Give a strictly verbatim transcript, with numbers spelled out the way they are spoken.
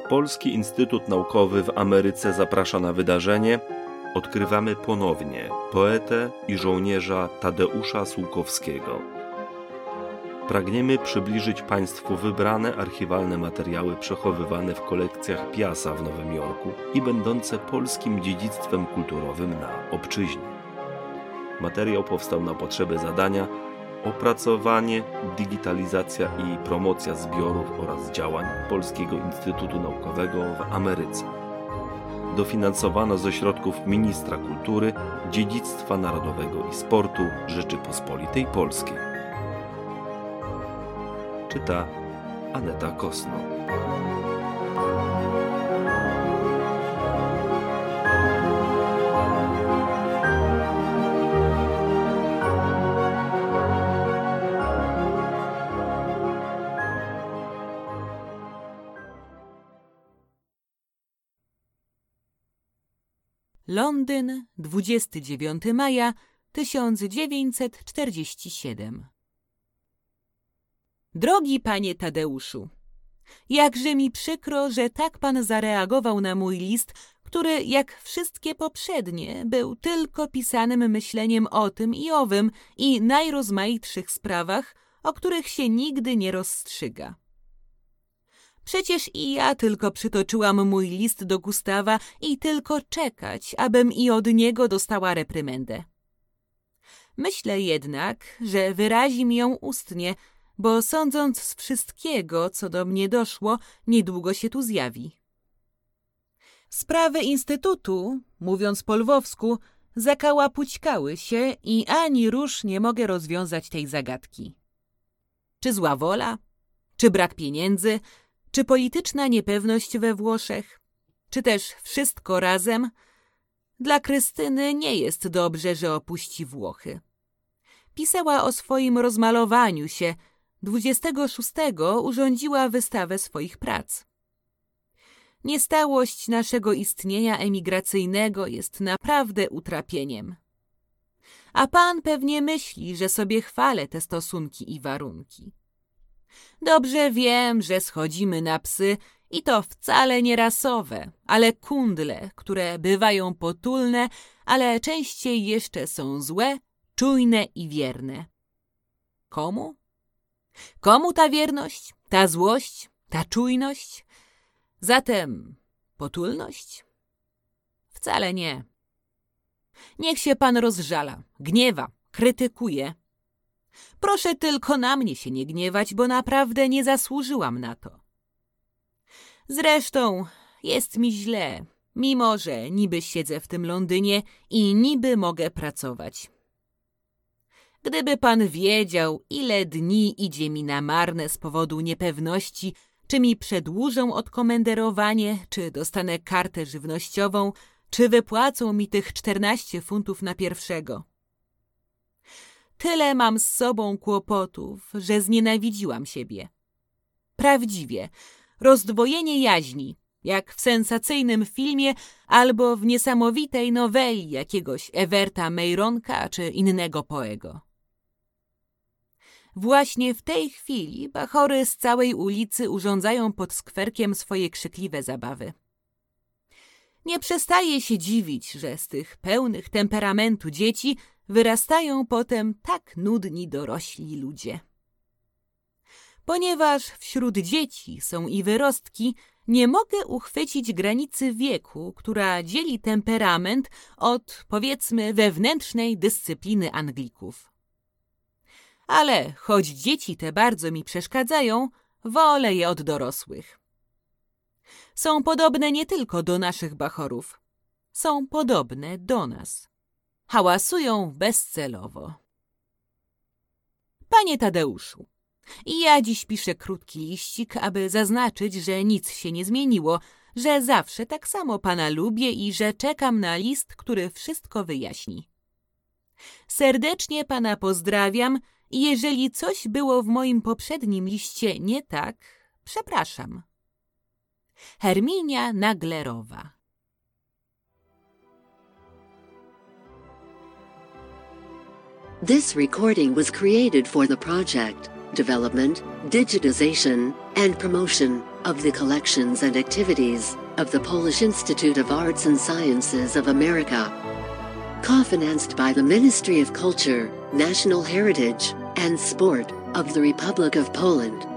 Polski Instytut Naukowy w Ameryce zaprasza na wydarzenie Odkrywamy ponownie poetę i żołnierza Tadeusza Sułkowskiego. Pragniemy przybliżyć Państwu wybrane archiwalne materiały przechowywane w kolekcjach Piasa w Nowym Jorku i będące polskim dziedzictwem kulturowym na obczyźnie. Materiał powstał na potrzeby zadania opracowanie, digitalizacja i promocja zbiorów oraz działań Polskiego Instytutu Naukowego w Ameryce. Dofinansowano ze środków Ministra Kultury, Dziedzictwa Narodowego i Sportu Rzeczypospolitej Polskiej. Czyta Aneta Kosno. Londyn, dwudziestego dziewiątego maja tysiąc dziewięćset czterdziestego siódmego. Drogi panie Tadeuszu, jakże mi przykro, że tak pan zareagował na mój list, który, jak wszystkie poprzednie, był tylko pisanym myśleniem o tym i owym i najrozmaitszych sprawach, o których się nigdy nie rozstrzyga. Przecież i ja tylko przytoczyłam mój list do Gustawa i tylko czekać, abym i od niego dostała reprymendę. Myślę jednak, że wyrazi mi ją ustnie, bo sądząc z wszystkiego, co do mnie doszło, niedługo się tu zjawi. Sprawy Instytutu, mówiąc po lwowsku, zakałapućkały się i ani rusz nie mogę rozwiązać tej zagadki. Czy zła wola? Czy brak pieniędzy? Czy polityczna niepewność we Włoszech? Czy też wszystko razem? Dla Krystyny nie jest dobrze, że opuści Włochy. Pisała o swoim rozmalowaniu się. dwudziestego szóstego urządziła wystawę swoich prac. Niestałość naszego istnienia emigracyjnego jest naprawdę utrapieniem. A pan pewnie myśli, że sobie chwalę te stosunki i warunki. Dobrze wiem, że schodzimy na psy i to wcale nie rasowe, ale kundle, które bywają potulne, ale częściej jeszcze są złe, czujne i wierne. Komu? Komu ta wierność, ta złość, ta czujność? Zatem potulność? Wcale nie. Niech się pan rozżala, gniewa, krytykuje. Proszę tylko na mnie się nie gniewać, bo naprawdę nie zasłużyłam na to. Zresztą jest mi źle, mimo że niby siedzę w tym Londynie i niby mogę pracować. Gdyby pan wiedział, ile dni idzie mi na marne z powodu niepewności, czy mi przedłużą odkomenderowanie, czy dostanę kartę żywnościową, czy wypłacą mi tych czternaście funtów na pierwszego. Tyle mam z sobą kłopotów, że znienawidziłam siebie. Prawdziwie, rozdwojenie jaźni, jak w sensacyjnym filmie albo w niesamowitej noweli jakiegoś Ewerta Meyronka czy innego Poego. Właśnie w tej chwili bachory z całej ulicy urządzają pod skwerkiem swoje krzykliwe zabawy. Nie przestaje się dziwić, że z tych pełnych temperamentu dzieci wyrastają potem tak nudni dorośli ludzie. Ponieważ wśród dzieci są i wyrostki, nie mogę uchwycić granicy wieku, która dzieli temperament od, powiedzmy, wewnętrznej dyscypliny Anglików. Ale choć dzieci te bardzo mi przeszkadzają, wolę je od dorosłych. Są podobne nie tylko do naszych bachorów. Są podobne do nas. Hałasują bezcelowo. Panie Tadeuszu, i ja dziś piszę krótki liścik, aby zaznaczyć, że nic się nie zmieniło, że zawsze tak samo pana lubię i że czekam na list, który wszystko wyjaśni. Serdecznie pana pozdrawiam i jeżeli coś było w moim poprzednim liście nie tak, przepraszam. Herminia Naglerowa. This recording was created for the project development, digitization, and promotion of the collections and activities of the Polish Institute of Arts and Sciences of America. Co-financed by the Ministry of Culture, National Heritage, and Sport of the Republic of Poland.